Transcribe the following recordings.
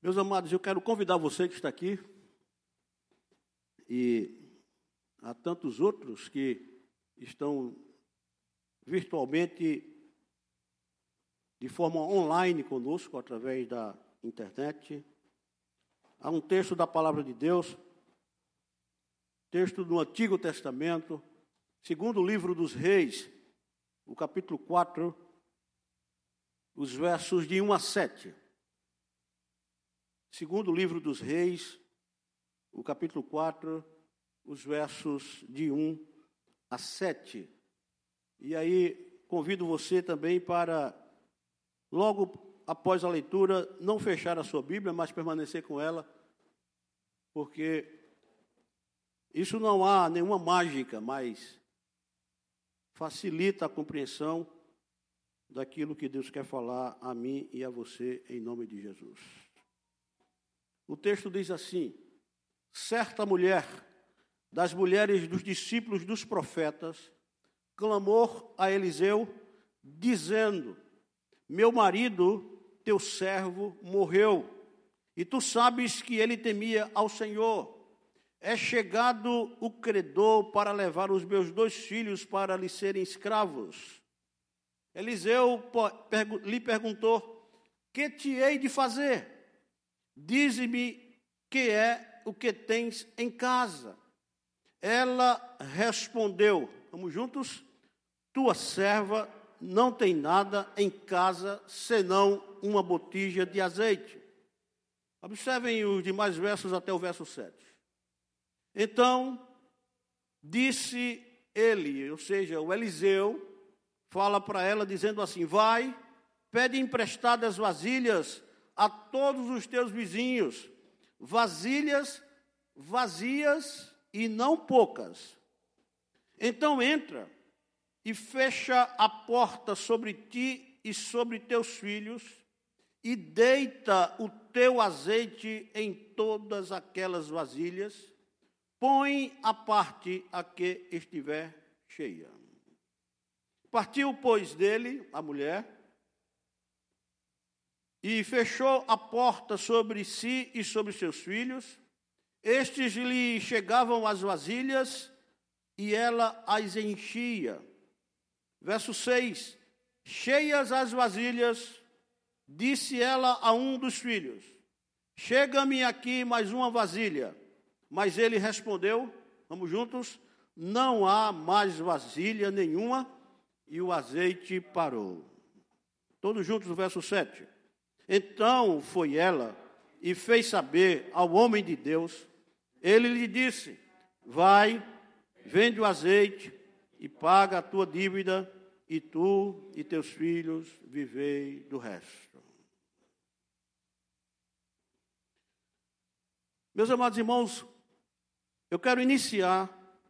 Meus amados, eu quero convidar você que está aqui e há tantos outros que estão virtualmente, de forma online conosco, através da internet. Há um texto da Palavra de Deus, texto do Antigo Testamento, segundo livro dos Reis, o capítulo 4, os versos de 1 a 7. Segundo livro dos Reis, o capítulo 4, os versos de 1 a 7. E aí, convido você também para, logo após a leitura, não fechar a sua Bíblia, mas permanecer com ela, porque isso não há nenhuma mágica, mas facilita a compreensão daquilo que Deus quer falar a mim e a você, em nome de Jesus. O texto diz assim: certa mulher, das mulheres dos discípulos dos profetas, clamou a Eliseu, dizendo: meu marido, teu servo, morreu, e tu sabes que ele temia ao Senhor. É chegado o credor para levar os meus 2 filhos para lhe serem escravos. Eliseu lhe perguntou: que te hei de fazer? Dize-me que é o que tens em casa. Ela respondeu, vamos juntos? Tua serva não tem nada em casa, senão uma botija de azeite. Observem os demais versos até o verso 7. Então, disse ele, ou seja, o Eliseu, fala para ela dizendo assim: vai, pede emprestadas vasilhas a todos os teus vizinhos, vasilhas vazias e não poucas. Então entra e fecha a porta sobre ti e sobre teus filhos, e deita o teu azeite em todas aquelas vasilhas, põe a parte a que estiver cheia. Partiu, pois, dele, a mulher, e fechou a porta sobre si e sobre seus filhos. Estes lhe chegavam as vasilhas, e ela as enchia. Verso 6. Cheias as vasilhas, disse ela a um dos filhos: chega-me aqui mais uma vasilha. Mas ele respondeu, vamos juntos: não há mais vasilha nenhuma, e o azeite parou. Todos juntos no verso 7. Então foi ela e fez saber ao homem de Deus. Ele lhe disse: vai, vende o azeite e paga a tua dívida, e tu e teus filhos vivei do resto. Meus amados irmãos, eu quero iniciar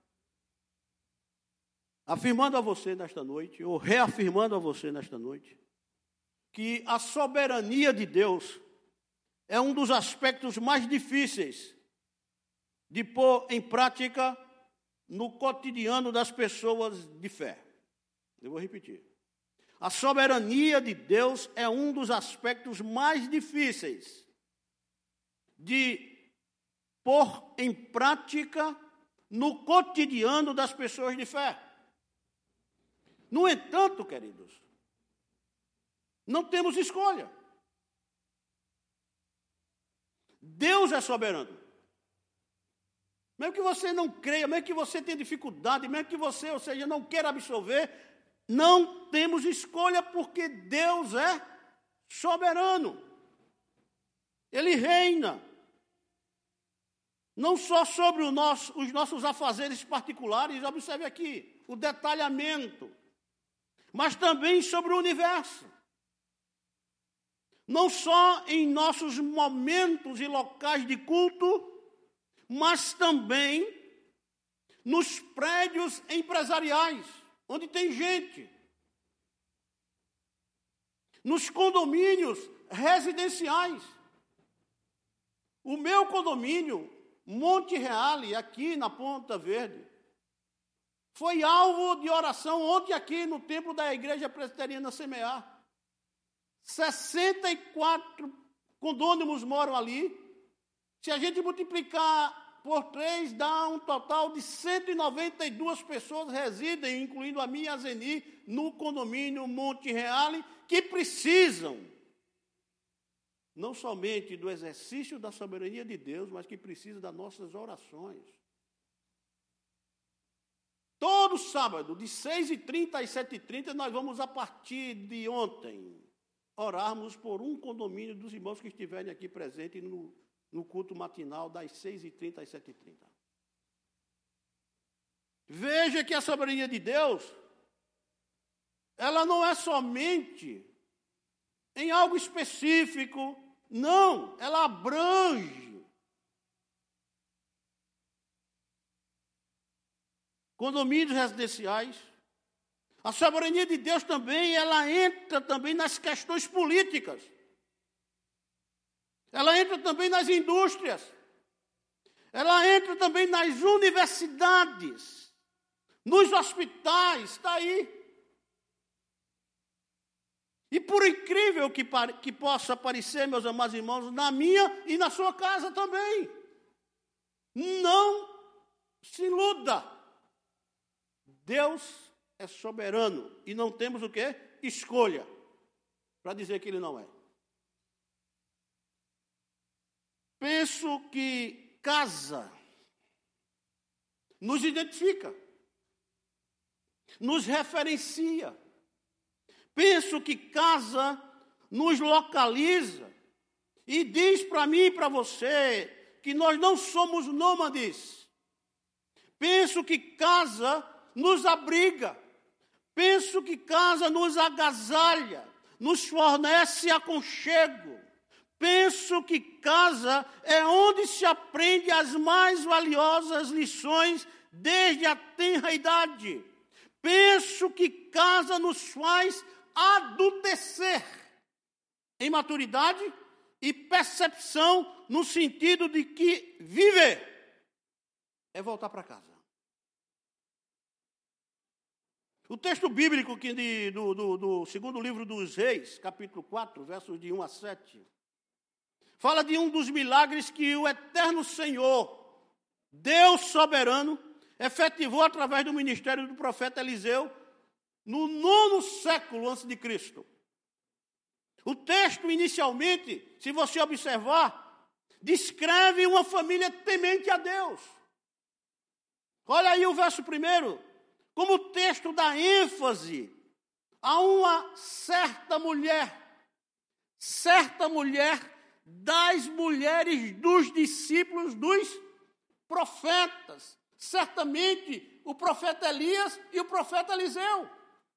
afirmando a você nesta noite, ou reafirmando a você nesta noite, que a soberania de Deus é um dos aspectos mais difíceis de pôr em prática no cotidiano das pessoas de fé. Eu vou repetir. A soberania de Deus é um dos aspectos mais difíceis de pôr em prática no cotidiano das pessoas de fé. No entanto, queridos, não temos escolha. Deus é soberano. Mesmo que você não creia, mesmo que você tenha dificuldade, mesmo que você, ou seja, não queira absorver, não temos escolha, porque Deus é soberano. Ele reina. Não só sobre os nossos afazeres particulares, observe aqui o detalhamento, mas também sobre o universo. Não só em nossos momentos e locais de culto, mas também nos prédios empresariais, onde tem gente. Nos condomínios residenciais. O meu condomínio, Monte Reale, aqui na Ponta Verde, foi alvo de oração ontem aqui no templo da Igreja Presbiteriana Semear. 64 condôminos moram ali. Se a gente multiplicar por 3, dá um total de 192 pessoas residem, incluindo a minha e a Zeni, no condomínio Monte Reale, que precisam não somente do exercício da soberania de Deus, mas que precisam das nossas orações. Todo sábado, de 6h30 às 7h30, nós vamos, a partir de ontem, orarmos por um condomínio dos irmãos que estiverem aqui presentes no culto matinal, das 6h30 às 7h30. Veja que a soberania de Deus, ela não é somente em algo específico, não, ela abrange. Condomínios residenciais. A soberania de Deus também, ela entra também nas questões políticas. Ela entra também nas indústrias. Ela entra também nas universidades, nos hospitais, está aí. E por incrível que possa parecer, meus amados irmãos, na minha e na sua casa também. Não se iluda. Deus é soberano e não temos o quê? Escolha para dizer que Ele não é. Penso que casa nos identifica, nos referencia. Penso que casa nos localiza e diz para mim e para você que nós não somos nômades. Penso que casa nos abriga. Penso que casa nos agasalha, nos fornece aconchego. Penso que casa é onde se aprende as mais valiosas lições desde a tenra idade. Penso que casa nos faz adultecer em maturidade e percepção, no sentido de que viver é voltar para casa. O texto bíblico do segundo livro dos Reis, capítulo 4, versos de 1 a 7, fala de um dos milagres que o eterno Senhor, Deus soberano, efetivou através do ministério do profeta Eliseu no 9º século antes de Cristo. O texto, inicialmente, se você observar, descreve uma família temente a Deus. Olha aí o verso 1, como o texto dá ênfase a uma certa mulher das mulheres dos discípulos dos profetas. Certamente o profeta Elias e o profeta Eliseu.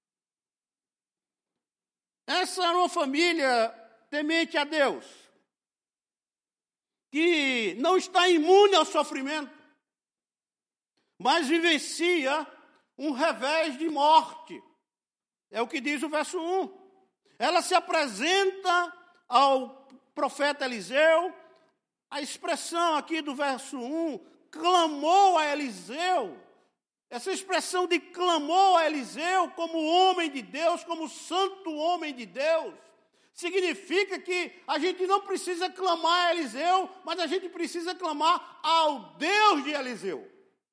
Essa era uma família temente a Deus, que não está imune ao sofrimento, mas vivencia um revés de morte. É o que diz o verso 1. Ela se apresenta ao profeta Eliseu. A expressão aqui do verso 1, clamou a Eliseu. Essa expressão de clamou a Eliseu como homem de Deus, como santo homem de Deus, significa que a gente não precisa clamar a Eliseu, mas a gente precisa clamar ao Deus de Eliseu.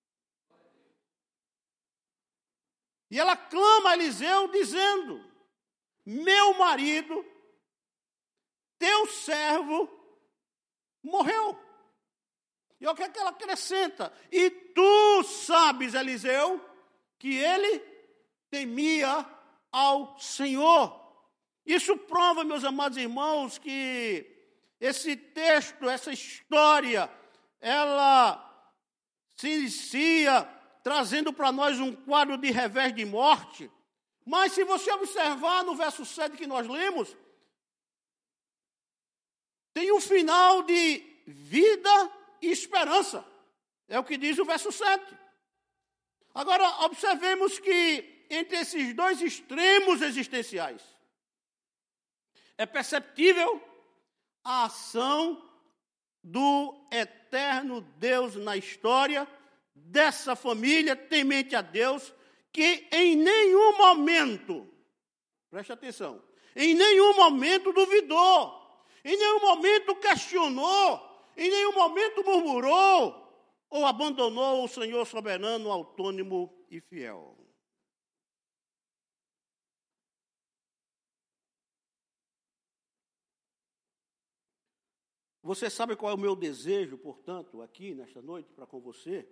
E ela clama a Eliseu dizendo: meu marido, teu servo, morreu. E o que é que ela acrescenta? E tu sabes, Eliseu, que ele temia ao Senhor. Isso prova, meus amados irmãos, que esse texto, essa história, ela se inicia trazendo para nós um quadro de revés de morte. Mas se você observar no verso 7 que nós lemos, tem um final de vida e esperança. É o que diz o verso 7. Agora, observemos que entre esses dois extremos existenciais, é perceptível a ação do eterno Deus na história dessa família temente a Deus, que em nenhum momento, preste atenção, em nenhum momento duvidou, em nenhum momento questionou, em nenhum momento murmurou ou abandonou o Senhor soberano, autônomo e fiel. Você sabe qual é o meu desejo, portanto, aqui nesta noite para com você?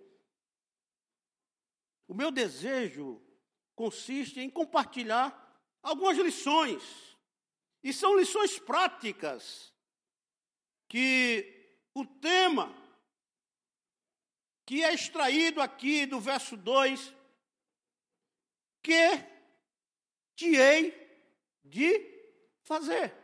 O meu desejo consiste em compartilhar algumas lições, e são lições práticas, que o tema que é extraído aqui do verso 2, que te hei de fazer.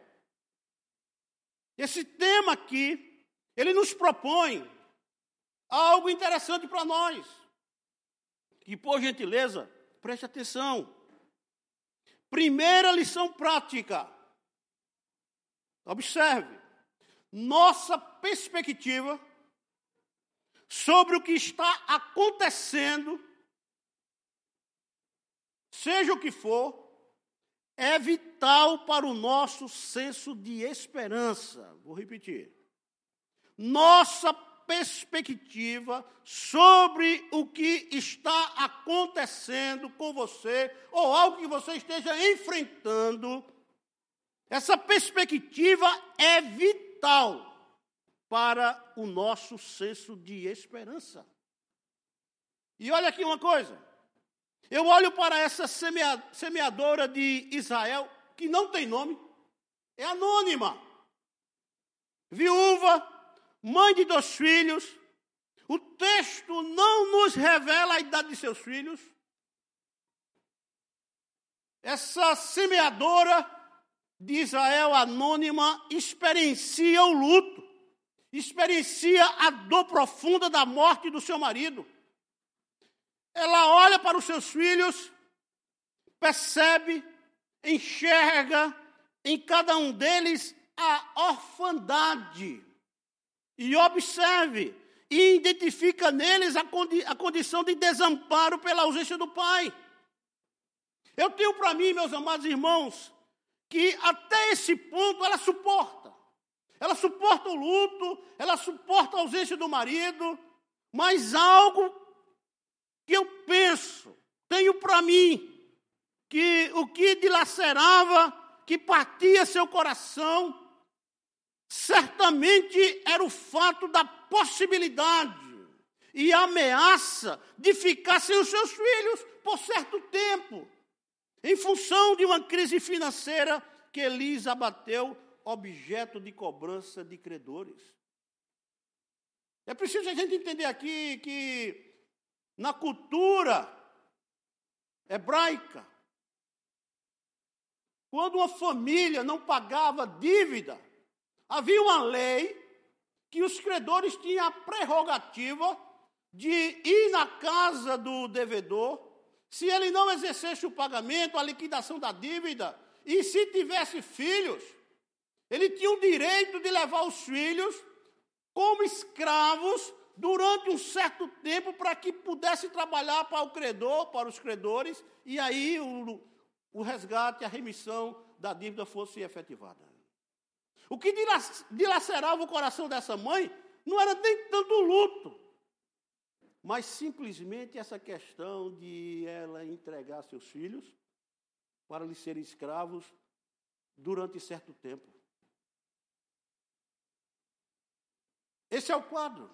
Esse tema aqui, ele nos propõe algo interessante para nós. E, por gentileza, preste atenção. Primeira lição prática. Observe. Nossa perspectiva sobre o que está acontecendo, seja o que for, é vital para o nosso senso de esperança. Vou repetir. Nossa perspectiva sobre o que está acontecendo com você, ou algo que você esteja enfrentando, essa perspectiva é vital para o nosso senso de esperança. E olha aqui uma coisa. Eu olho para essa semeadora de Israel, que não tem nome, é anônima. Viúva, mãe de 2 filhos. O texto não nos revela a idade de seus filhos. Essa semeadora de Israel anônima experiencia o luto, experiencia a dor profunda da morte do seu marido. Ela olha para os seus filhos, percebe, enxerga em cada um deles a orfandade. E observe, e identifica neles a condição de desamparo pela ausência do pai. Eu tenho para mim, meus amados irmãos, que até esse ponto ela suporta. Ela suporta o luto, ela suporta a ausência do marido, mas algo que eu penso, tenho para mim, que o que dilacerava, que partia seu coração, certamente era o fato da possibilidade e ameaça de ficar sem os seus filhos por certo tempo, em função de uma crise financeira que lhes abateu, objeto de cobrança de credores. É preciso a gente entender aqui que na cultura hebraica, quando uma família não pagava dívida, havia uma lei que os credores tinham a prerrogativa de ir na casa do devedor, se ele não exercesse o pagamento, a liquidação da dívida, e se tivesse filhos, ele tinha o direito de levar os filhos como escravos durante um certo tempo para que pudesse trabalhar para o credor, para os credores, e aí o resgate, a remissão da dívida fosse efetivada. O que dilacerava o coração dessa mãe não era nem tanto o luto, mas simplesmente essa questão de ela entregar seus filhos para lhes serem escravos durante certo tempo. Esse é o quadro.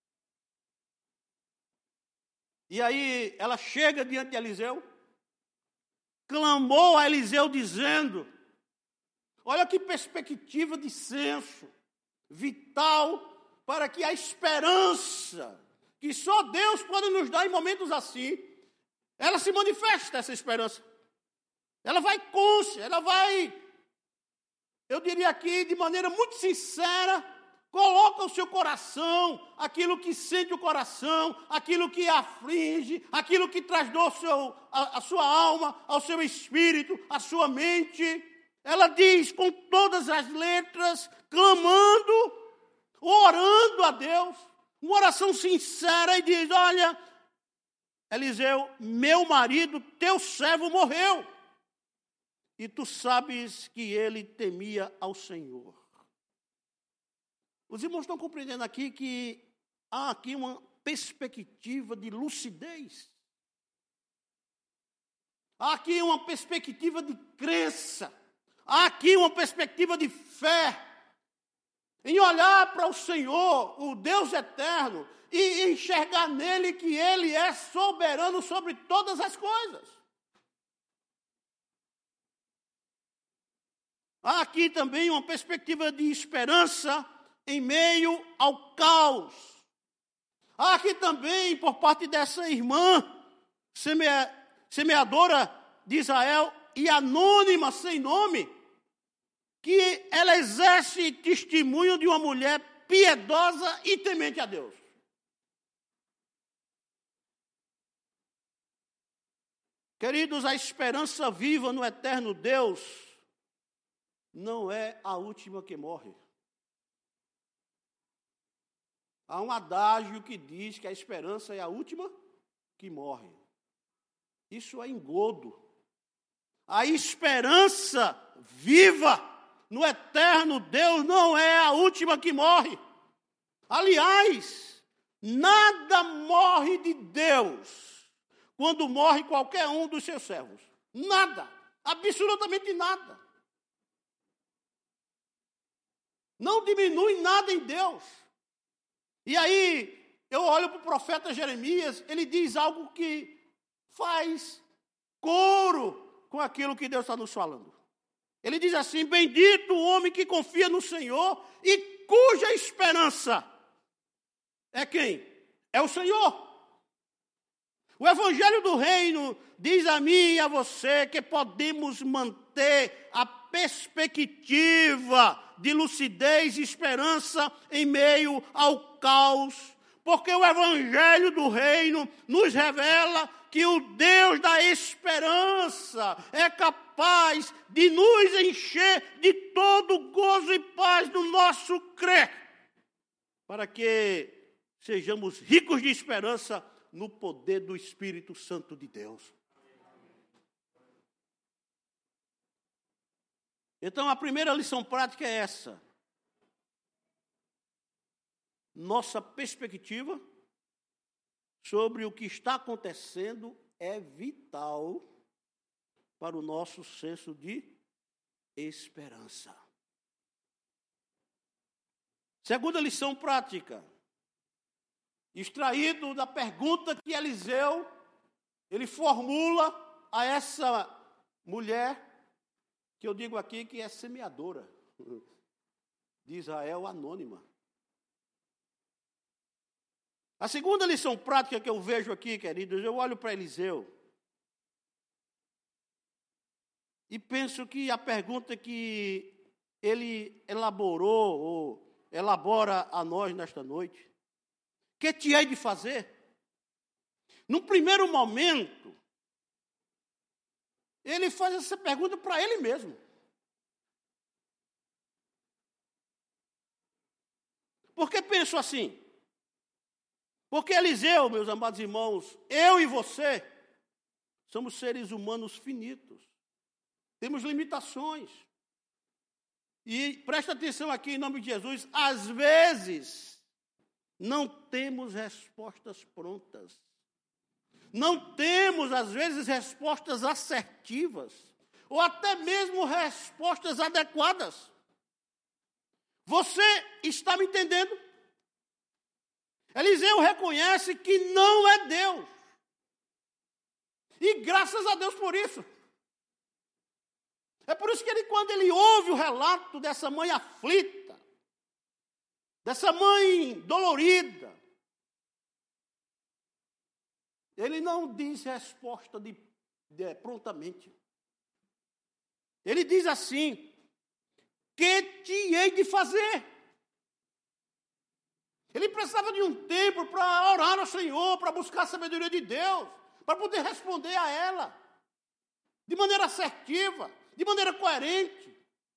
E aí ela chega diante de Eliseu, clamou a Eliseu dizendo, olha que perspectiva de senso vital para que a esperança, que só Deus pode nos dar em momentos assim, ela se manifesta, essa esperança. Ela vai consciente, ela vai, eu diria aqui, de maneira muito sincera, coloca o seu coração, aquilo que sente o coração, aquilo que aflige, aquilo que traz dor à sua alma, ao seu espírito, à sua mente. Ela diz com todas as letras, clamando, orando a Deus, uma oração sincera e diz, olha, Eliseu, meu marido, teu servo morreu. E tu sabes que ele temia ao Senhor. Os irmãos estão compreendendo aqui que há aqui uma perspectiva de lucidez. Há aqui uma perspectiva de crença. Há aqui uma perspectiva de fé. Em olhar para o Senhor, o Deus eterno, e enxergar nele que Ele é soberano sobre todas as coisas. Há aqui também uma perspectiva de esperança em meio ao caos. Há aqui também, por parte dessa irmã, semeadora de Israel e anônima, sem nome, que ela exerce testemunho de uma mulher piedosa e temente a Deus. Queridos, a esperança viva no eterno Deus não é a última que morre. Há um adágio que diz que a esperança é a última que morre. Isso é engodo. A esperança viva no eterno Deus não é a última que morre. Aliás, nada morre de Deus quando morre qualquer um dos seus servos. Nada, absolutamente nada. Não diminui nada em Deus. E aí, eu olho para o profeta Jeremias, ele diz algo que faz coro com aquilo que Deus está nos falando. Ele diz assim: bendito o homem que confia no Senhor e cuja esperança é quem? É o Senhor. O Evangelho do Reino diz a mim e a você que podemos manter a perspectiva de lucidez e esperança em meio ao caos, porque o Evangelho do Reino nos revela que o Deus da esperança é capaz de nos encher de todo gozo e paz do nosso crer, para que sejamos ricos de esperança no poder do Espírito Santo de Deus. Então, a primeira lição prática é essa. Nossa perspectiva sobre o que está acontecendo é vital para o nosso senso de esperança. Segunda lição prática, extraído da pergunta que Eliseu, ele formula a essa mulher, que eu digo aqui que é semeadora de Israel, anônima. A segunda lição prática que eu vejo aqui, queridos, eu olho para Eliseu e penso que a pergunta que ele elaborou, ou elabora a nós nesta noite: que te hei de fazer? Num primeiro momento, ele faz essa pergunta para ele mesmo. Por que penso assim? Porque Eliseu, meus amados irmãos, eu e você, somos seres humanos finitos. Temos limitações. E presta atenção aqui em nome de Jesus, às vezes não temos respostas prontas. Não temos, às vezes, respostas assertivas, ou até mesmo respostas adequadas. Você está me entendendo? Eliseu reconhece que não é Deus. E graças a Deus por isso. É por isso que quando ele ouve o relato dessa mãe aflita, dessa mãe dolorida, ele não diz resposta prontamente. Ele diz assim: que te hei de fazer? Ele precisava de um tempo para orar ao Senhor, para buscar a sabedoria de Deus, para poder responder a ela, de maneira assertiva, de maneira coerente.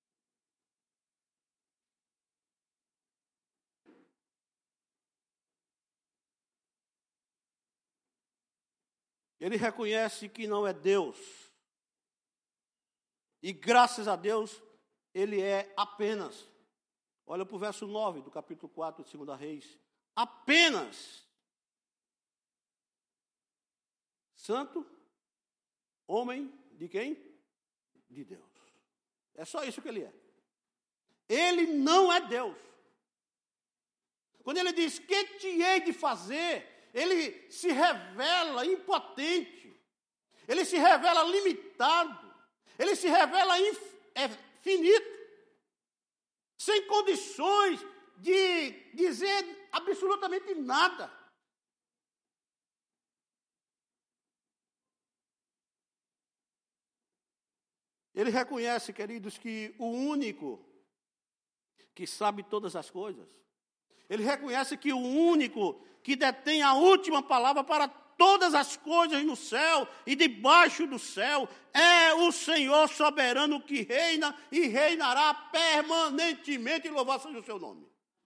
Ele reconhece que não é Deus. E graças a Deus, ele é apenas Olha para o verso 9 do capítulo 4 de 2 Reis. Apenas santo, homem de quem? De Deus. É só isso que ele é. Ele não é Deus. Quando ele diz, que te hei de fazer? Ele se revela impotente. Ele se revela limitado. Ele se revela finito. Sem condições de dizer absolutamente nada. Ele reconhece, queridos, que o único que sabe todas as coisas, ele reconhece que o único que detém a última palavra para todas as coisas no céu e debaixo do céu é o Senhor soberano que reina e reinará permanentemente, e louvado seja o seu nome.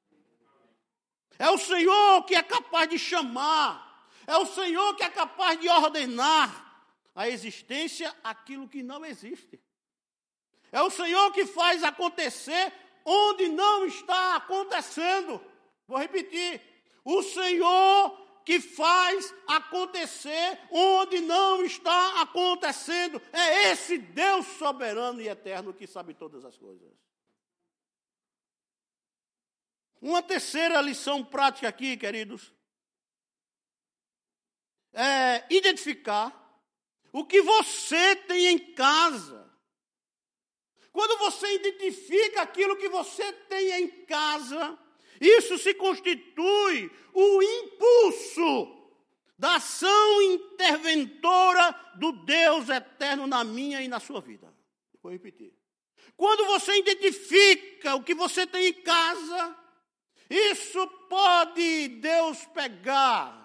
É o Senhor que é capaz de chamar, é o Senhor que é capaz de ordenar a existência aquilo que não existe. É o Senhor que faz acontecer onde não está acontecendo. Vou repetir. O Senhor que faz acontecer onde não está acontecendo. É esse Deus soberano e eterno que sabe todas as coisas. Uma terceira lição prática aqui, queridos, é identificar o que você tem em casa. Quando você identifica aquilo que você tem em casa, isso se constitui o impulso da ação interventora do Deus eterno na minha e na sua vida. Vou repetir. Quando você identifica o que você tem em casa, isso pode Deus pegar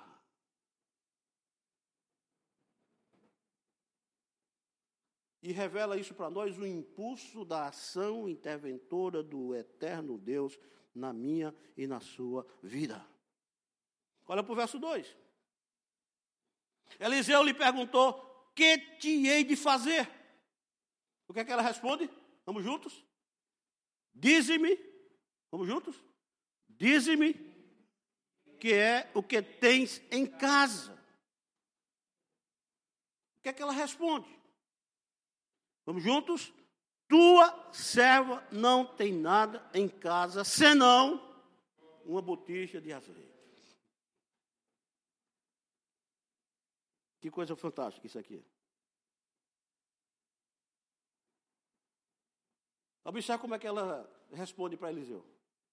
e revela isso para nós, o impulso da ação interventora do eterno Deus na minha e na sua vida. Olha para o verso 2. Eliseu lhe perguntou, que te hei de fazer? O que é que ela responde? Vamos juntos? Dize-me, vamos juntos? Dize-me que é o que tens em casa. O que é que ela responde? Vamos juntos? Tua serva não tem nada em casa, senão uma botija de azeite. Que coisa fantástica isso aqui. Observe como é que ela responde para Eliseu.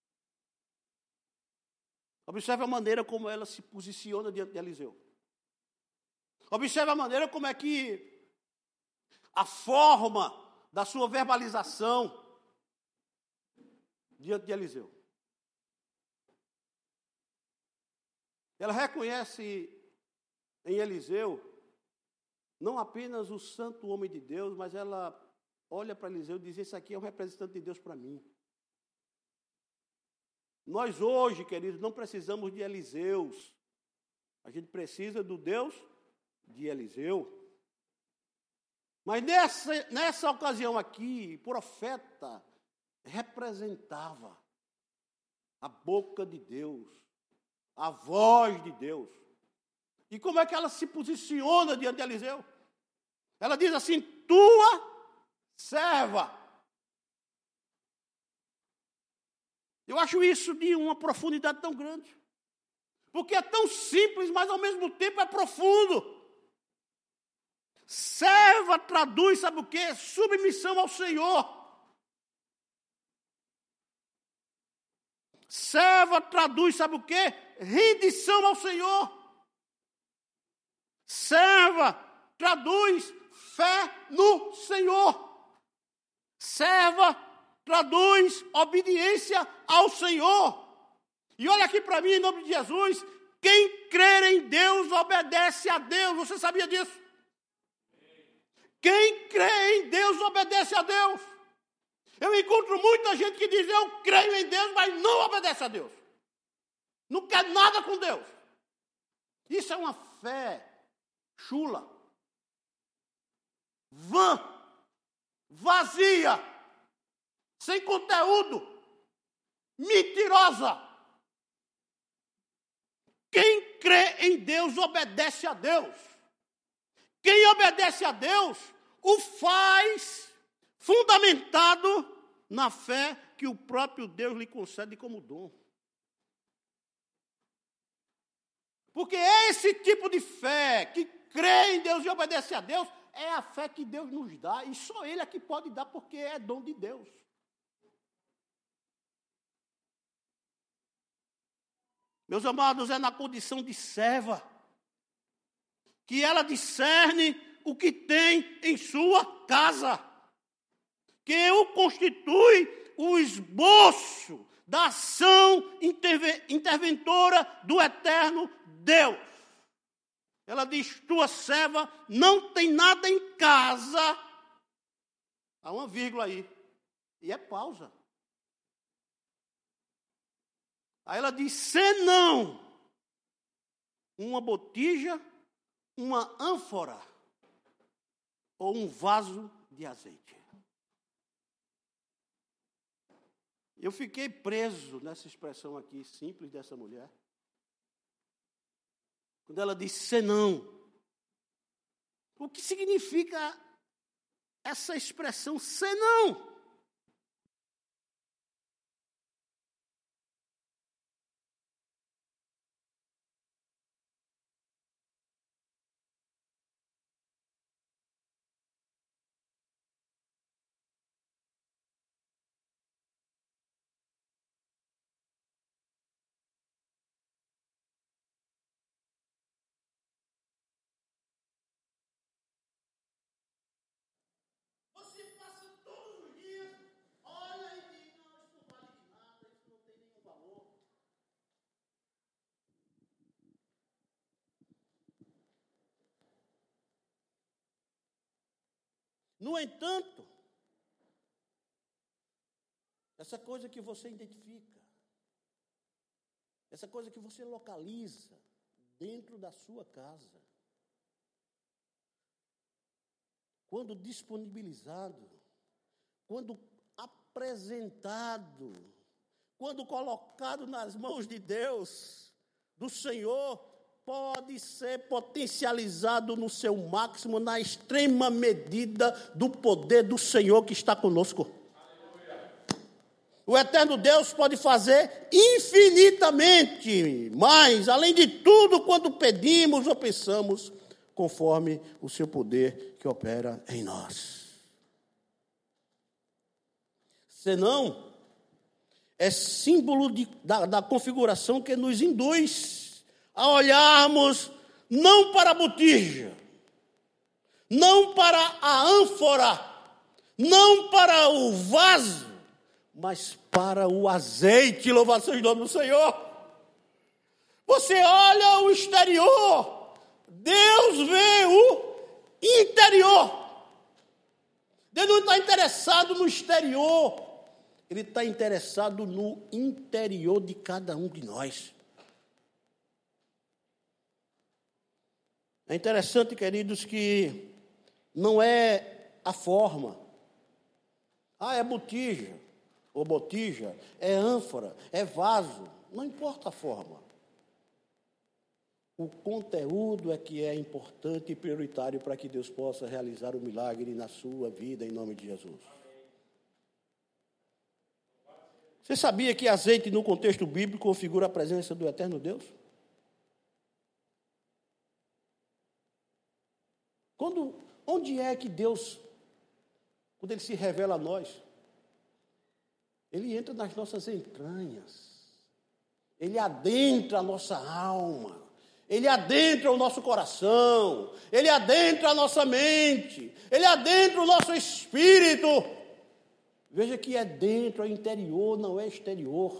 Observe a maneira como ela se posiciona diante de Eliseu. Observe a maneira como é que a forma da sua verbalização diante de Eliseu. Ela reconhece em Eliseu não apenas o santo homem de Deus, mas ela olha para Eliseu e diz, esse aqui é um representante de Deus para mim. Nós hoje, queridos, não precisamos de Eliseus. A gente precisa do Deus de Eliseu. Mas nessa ocasião aqui, o profeta representava a boca de Deus, a voz de Deus. E como é que ela se posiciona diante de Eliseu? Ela diz assim, tua serva. Eu acho isso de uma profundidade tão grande. Porque é tão simples, mas ao mesmo tempo é profundo. Serva traduz, sabe o quê? Submissão ao Senhor. Serva traduz, sabe o quê? Rendição ao Senhor. Serva traduz fé no Senhor. Serva traduz obediência ao Senhor. E olha aqui para mim, em nome de Jesus, quem crer em Deus obedece a Deus. Você sabia disso? Quem crê em Deus obedece a Deus. Eu encontro muita gente que diz, eu creio em Deus, mas não obedece a Deus. Não quer nada com Deus. Isso é uma fé chula, vã, vazia, sem conteúdo. mentirosa. Quem crê em Deus obedece a Deus. Quem obedece a Deus o faz fundamentado na fé que o próprio Deus lhe concede como dom. Porque esse tipo de fé que crê em Deus e obedece a Deus é a fé que Deus nos dá, e só Ele é que pode dar, porque é dom de Deus. Meus amados, é na condição de serva que ela discerne o que tem em sua casa, que o constitui o esboço da ação interventora do eterno Deus. Ela diz, tua serva não tem nada em casa. Há uma vírgula aí. E é pausa. Aí ela diz, senão uma botija, uma ânfora ou um vaso de azeite. Eu fiquei preso nessa expressão aqui, simples, dessa mulher. Quando ela diz senão. O que significa essa expressão senão? Você passa todos os dias, olha e diz, não, isso não vale de nada, isso não tem nenhum valor. No entanto, essa coisa que você identifica, essa coisa que você localiza dentro da sua casa, quando disponibilizado, quando apresentado, quando colocado nas mãos de Deus, do Senhor, pode ser potencializado no seu máximo, na extrema medida do poder do Senhor que está conosco. O eterno Deus pode fazer infinitamente mais, além de tudo, quando pedimos ou pensamos, conforme o seu poder que opera em nós. Senão, é símbolo da configuração que nos induz a olharmos não para a botija, não para a ânfora, não para o vaso, mas para o azeite. Louvado seja o nome do Senhor. Você olha o exterior, Deus vê o interior. Deus não está interessado no exterior, Ele está interessado no interior de cada um de nós. É interessante, queridos, que não é a forma. É botija, ou botija, é ânfora, é vaso. Não importa a forma. O conteúdo é que é importante e prioritário para que Deus possa realizar o milagre na sua vida, em nome de Jesus. Você sabia que azeite, no contexto bíblico, configura a presença do eterno Deus? Onde é que Deus, quando Ele se revela a nós, Ele entra nas nossas entranhas, Ele adentra a nossa alma, Ele adentra o nosso coração, Ele adentra a nossa mente, Ele adentra o nosso espírito. Veja que é dentro, é interior, não é exterior.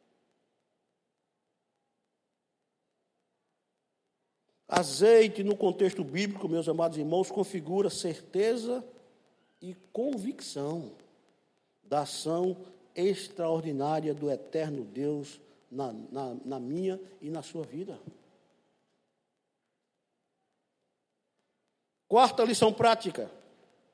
Azeite, no contexto bíblico, meus amados irmãos, configura certeza e convicção da ação extraordinária do eterno Deus na minha e na sua vida. Quarta lição prática.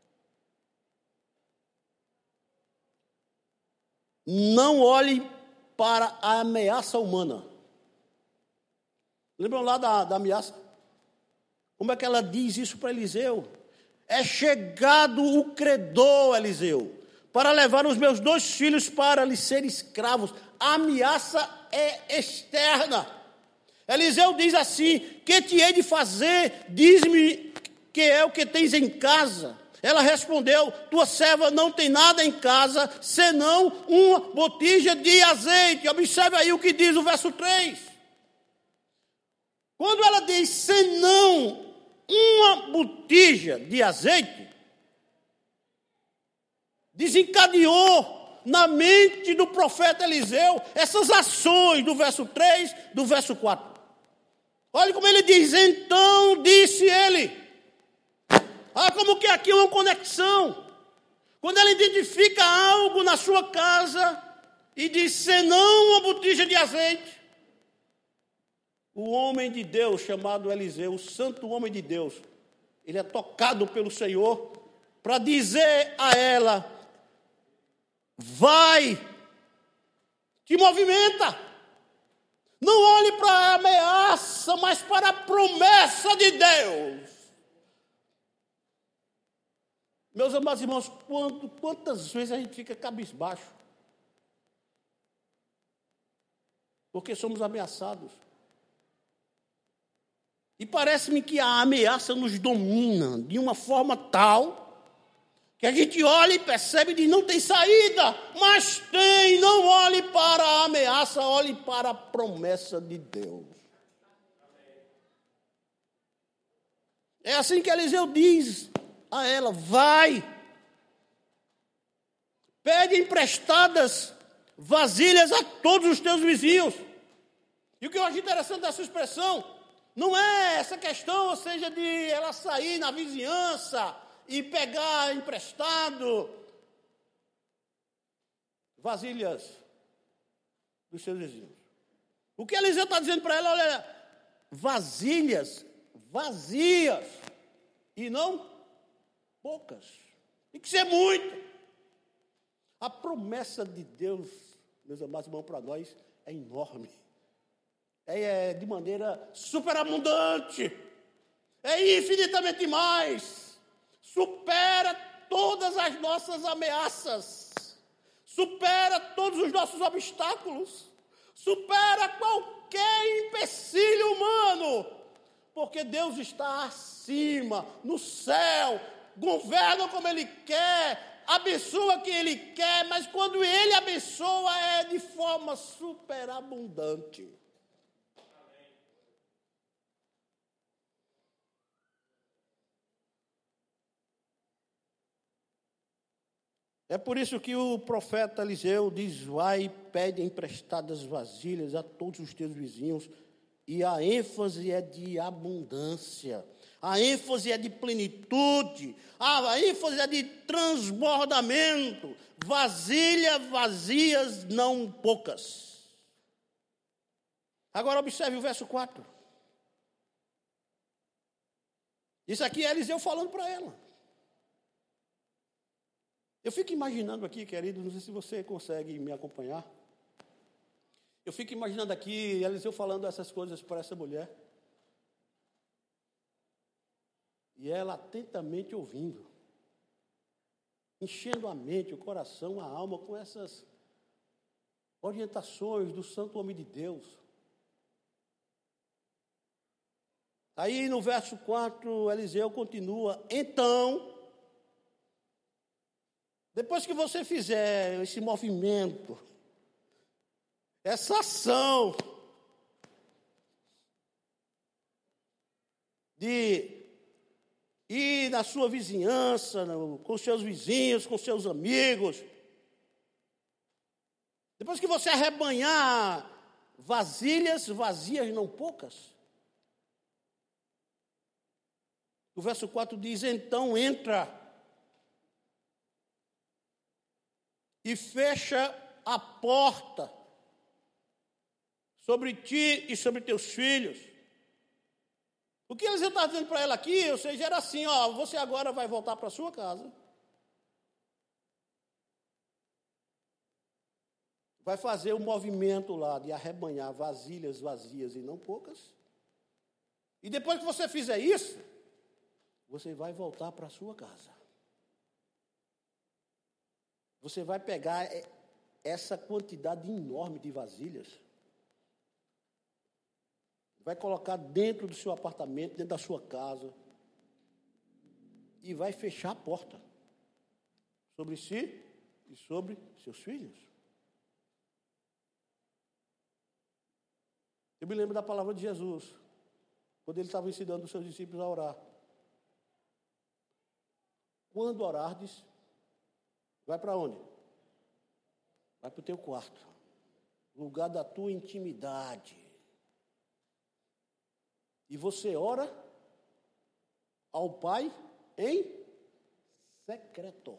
Não olhe para a ameaça humana. Lembram lá da ameaça? Como é que ela diz isso para Eliseu? É chegado o credor, Eliseu, para levar os meus 2 filhos para lhes ser escravos. A ameaça é externa. Eliseu diz assim: que te hei de fazer? Diz-me que é o que tens em casa. Ela respondeu: tua serva não tem nada em casa, senão uma botija de azeite. Observe aí o que diz o verso 3. Quando ela diz senão uma botija de azeite, desencadeou na mente do profeta Eliseu essas ações do verso 3, do verso 4. Olha como ele diz: então disse ele. Como que aqui é uma conexão. Quando ela identifica algo na sua casa e diz senão uma botija de azeite, o homem de Deus chamado Eliseu, o santo homem de Deus, ele é tocado pelo Senhor para dizer a ela: vai, te movimenta, não olhe para a ameaça, mas para a promessa de Deus. Meus amados irmãos, quantas vezes a gente fica cabisbaixo? Porque somos ameaçados. E parece-me que a ameaça nos domina de uma forma tal que a gente olha e percebe e diz: não tem saída, mas tem. Não olhe para a ameaça, olhe para a promessa de Deus. É assim que Eliseu diz a ela: vai, pede emprestadas vasilhas a todos os teus vizinhos. E o que eu acho interessante dessa expressão não é essa questão, ou seja, de ela sair na vizinhança e pegar emprestado vasilhas dos seus vizinhos. O que Eliseu está dizendo para ela: olha, vasilhas vazias e não poucas. Tem que ser muito. A promessa de Deus, meus amados irmãos, para nós é enorme. É de maneira superabundante. É infinitamente mais. Supera todas as nossas ameaças. Supera todos os nossos obstáculos. Supera qualquer empecilho humano. Porque Deus está acima, no céu, governa como Ele quer, abençoa quem Ele quer, mas quando Ele abençoa é de forma superabundante. É por isso que o profeta Eliseu diz: vai, pede emprestadas vasilhas a todos os teus vizinhos. E a ênfase é de abundância, a ênfase é de plenitude, a ênfase é de transbordamento. Vasilhas vazias, não poucas. Agora observe o verso 4. Isso aqui é Eliseu falando para ela. Eu fico imaginando aqui, querido, não sei se você consegue me acompanhar. Eu fico imaginando aqui Eliseu falando essas coisas para essa mulher. E ela atentamente ouvindo. Enchendo a mente, o coração, a alma com essas orientações do santo homem de Deus. Aí no verso 4, Eliseu continua: então, depois que você fizer esse movimento, essa ação de ir na sua vizinhança, com seus vizinhos, com seus amigos, depois que você arrebanhar vasilhas vazias, não poucas, o verso 4 diz: então entra e fecha a porta sobre ti e sobre teus filhos. O que Eliseu está dizendo para ela aqui, ou seja, era assim: você agora vai voltar para a sua casa, vai fazer o movimento lá de arrebanhar vasilhas vazias e não poucas. E depois que você fizer isso, você vai voltar para a sua casa. Você vai pegar essa quantidade enorme de vasilhas, vai colocar dentro do seu apartamento, dentro da sua casa, e vai fechar a porta sobre si e sobre seus filhos. Eu me lembro da palavra de Jesus, quando ele estava ensinando os seus discípulos a orar. Quando orardes, vai para onde? Vai para o teu quarto, lugar da tua intimidade. E você ora ao Pai em secreto.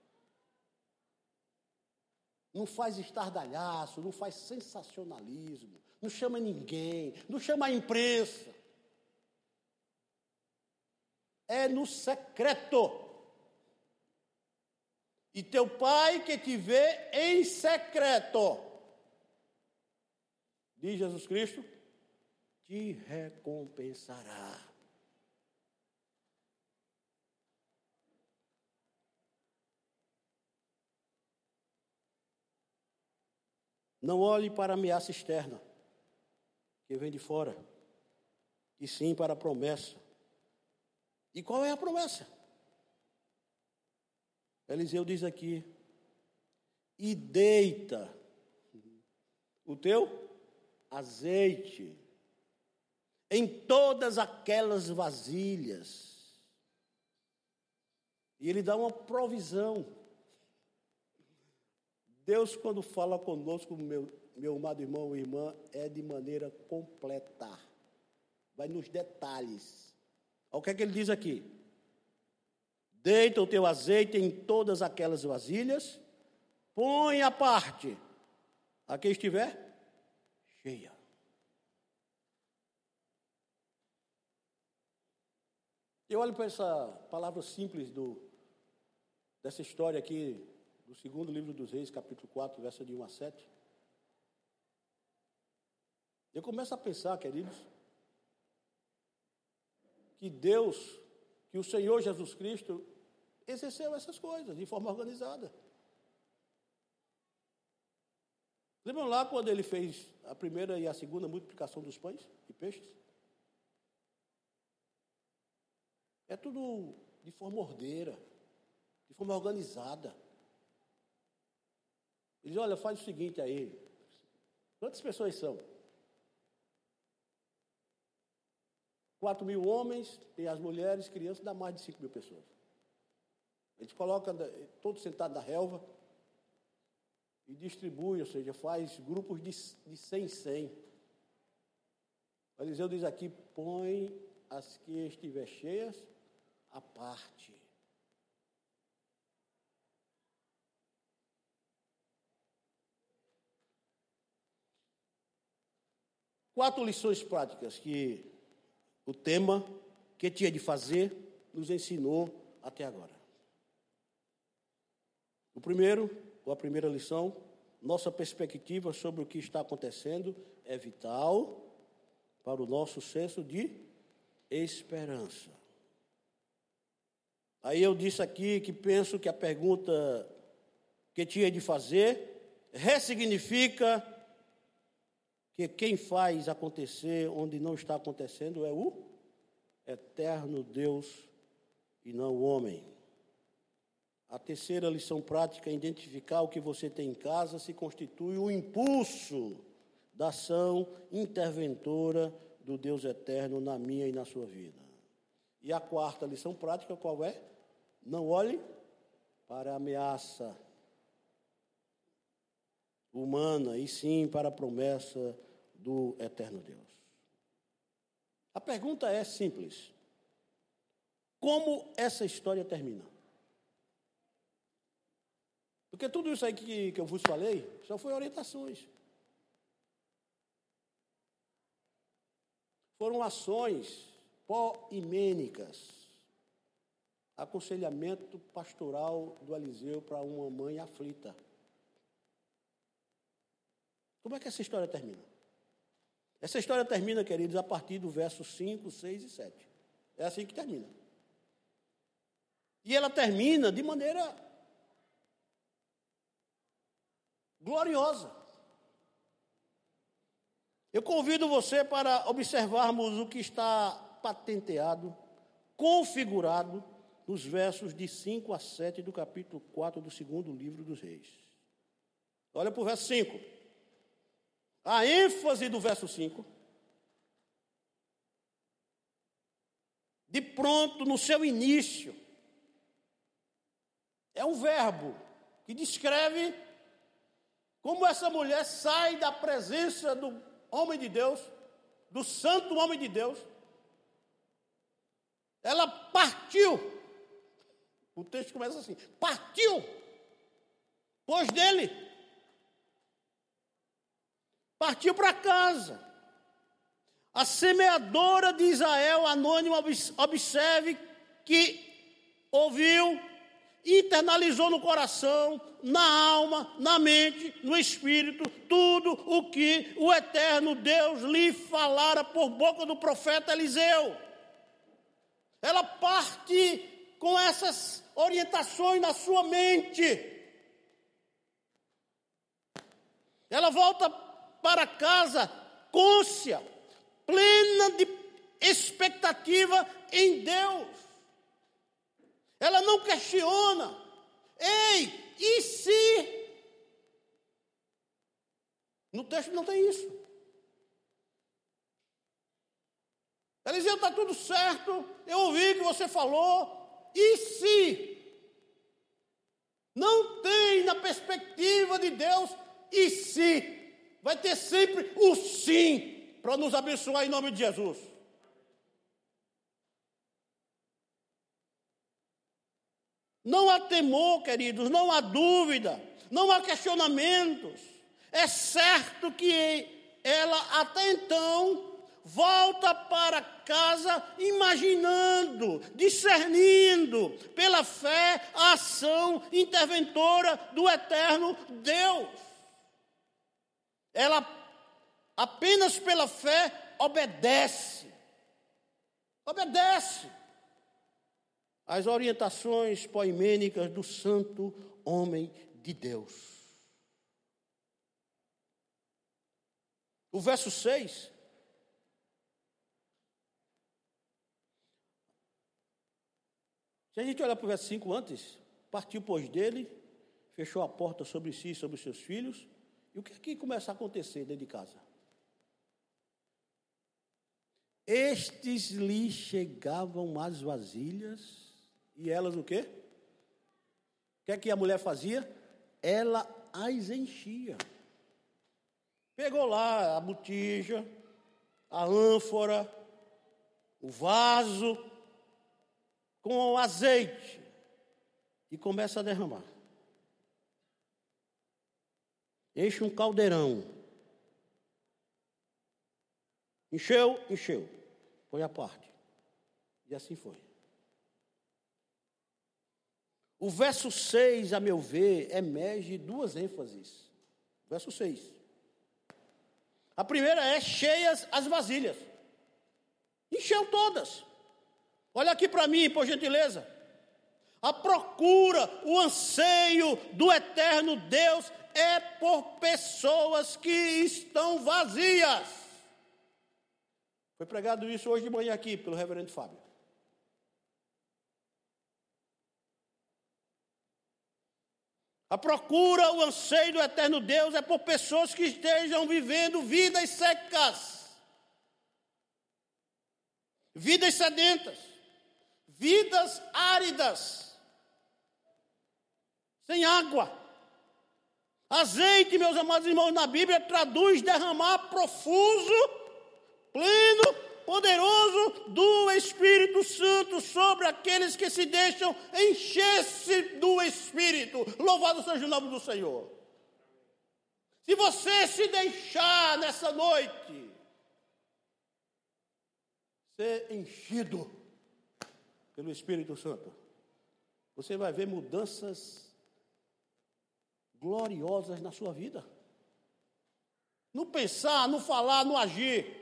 Não faz estardalhaço, não faz sensacionalismo, não chama ninguém, não chama a imprensa. É no secreto. E teu Pai que te vê em secreto, diz Jesus Cristo, te recompensará. Não olhe para a ameaça externa, que vem de fora, e sim para a promessa. E qual é a promessa? Eliseu diz aqui, e deita o teu azeite em todas aquelas vasilhas. E ele dá uma provisão. Deus, quando fala conosco, meu amado irmão e irmã, é de maneira completa. Vai nos detalhes. Olha o que é que ele diz aqui. Deita o teu azeite em todas aquelas vasilhas, põe à parte a quem estiver cheia. Eu olho para essa palavra simples dessa história aqui, do segundo livro dos Reis, capítulo 4, verso de 1 a 7. Eu começo a pensar, queridos, que Deus, que o Senhor Jesus Cristo exerceu essas coisas de forma organizada. Lembram lá quando ele fez a primeira e a segunda multiplicação dos pães e peixes? É tudo de forma ordeira, de forma organizada. Ele diz, olha, faz o seguinte aí. Quantas pessoas são? 4.000 homens, tem as mulheres, crianças, dá mais de 5.000 pessoas. Eles colocam todos sentados na relva e distribui, ou seja, faz grupos de 100 em 100. O Eliseu diz aqui, põe as que estiver cheias à parte. Quatro lições práticas que o tema que tinha de fazer nos ensinou até agora. O primeiro, ou a primeira lição, nossa perspectiva sobre o que está acontecendo é vital para o nosso senso de esperança. Aí eu disse aqui que penso que a pergunta que tinha de fazer ressignifica que quem faz acontecer onde não está acontecendo é o eterno Deus e não o homem. A terceira lição prática é identificar o que você tem em casa se constitui o impulso da ação interventora do Deus eterno na minha e na sua vida. E a quarta lição prática qual é? Não olhe para a ameaça humana, e sim para a promessa do eterno Deus. A pergunta é simples. Como essa história termina? Porque tudo isso aí que eu vos falei, só foi orientações. Foram ações poimênicas. Aconselhamento pastoral do Eliseu para uma mãe aflita. Como é que essa história termina? Essa história termina, queridos, a partir do verso 5, 6 e 7. É assim que termina. E ela termina de maneira gloriosa. Eu convido você para observarmos o que está patenteado, configurado, nos versos de 5 a 7 do capítulo 4 do segundo livro dos Reis. Olha para o verso 5. A ênfase do verso 5, de pronto, no seu início, é um verbo que descreve como essa mulher sai da presença do homem de Deus, do santo homem de Deus. Ela partiu. O texto começa assim: partiu, pois dele. Partiu para casa. A semeadora de Israel, anônima, observe que ouviu, internalizou no coração, na alma, na mente, no espírito, tudo o que o eterno Deus lhe falara por boca do profeta Eliseu. Ela parte com essas orientações na sua mente. Ela volta para casa cônscia, plena de expectativa em Deus. Ela não questiona. Ei, e se? No texto não tem isso. Eliseu, está tudo certo, eu ouvi que você falou. E se? Não tem na perspectiva de Deus, e se? Vai ter sempre o sim para nos abençoar em nome de Jesus. Não há temor, queridos, não há dúvida, não há questionamentos. É certo que ela até então volta para casa imaginando, discernindo pela fé a ação interventora do eterno Deus. Ela apenas pela fé obedece às orientações poimênicas do santo homem de Deus. O verso 6. Se a gente olhar para o verso 5 antes, partiu, pois, dele, fechou a porta sobre si e sobre os seus filhos. E o que é que começa a acontecer dentro de casa? Estes lhe chegavam as vasilhas, e elas o quê? O que é que a mulher fazia? Ela as enchia. Pegou lá a botija, a ânfora, o vaso, com azeite, e começa a derramar. Enche um caldeirão. Encheu. Foi a parte. E assim foi. O verso 6, a meu ver, emerge duas ênfases. Verso 6. A primeira é cheias as vasilhas. Encheu todas. Olha aqui para mim, por gentileza. A procura, o anseio do eterno Deus é por pessoas que estão vazias. Foi pregado isso hoje de manhã aqui pelo reverendo Fábio. A procura, o anseio do eterno Deus é por pessoas que estejam vivendo vidas secas, vidas sedentas, vidas áridas, sem água. Azeite, meus amados irmãos, na Bíblia traduz derramar profuso, pleno, poderoso do Espírito Santo sobre aqueles que se deixam encher-se do Espírito. Louvado seja o nome do Senhor. Se você se deixar nessa noite ser enchido pelo Espírito Santo, você vai ver mudanças gloriosas na sua vida. no pensar, no falar, no agir.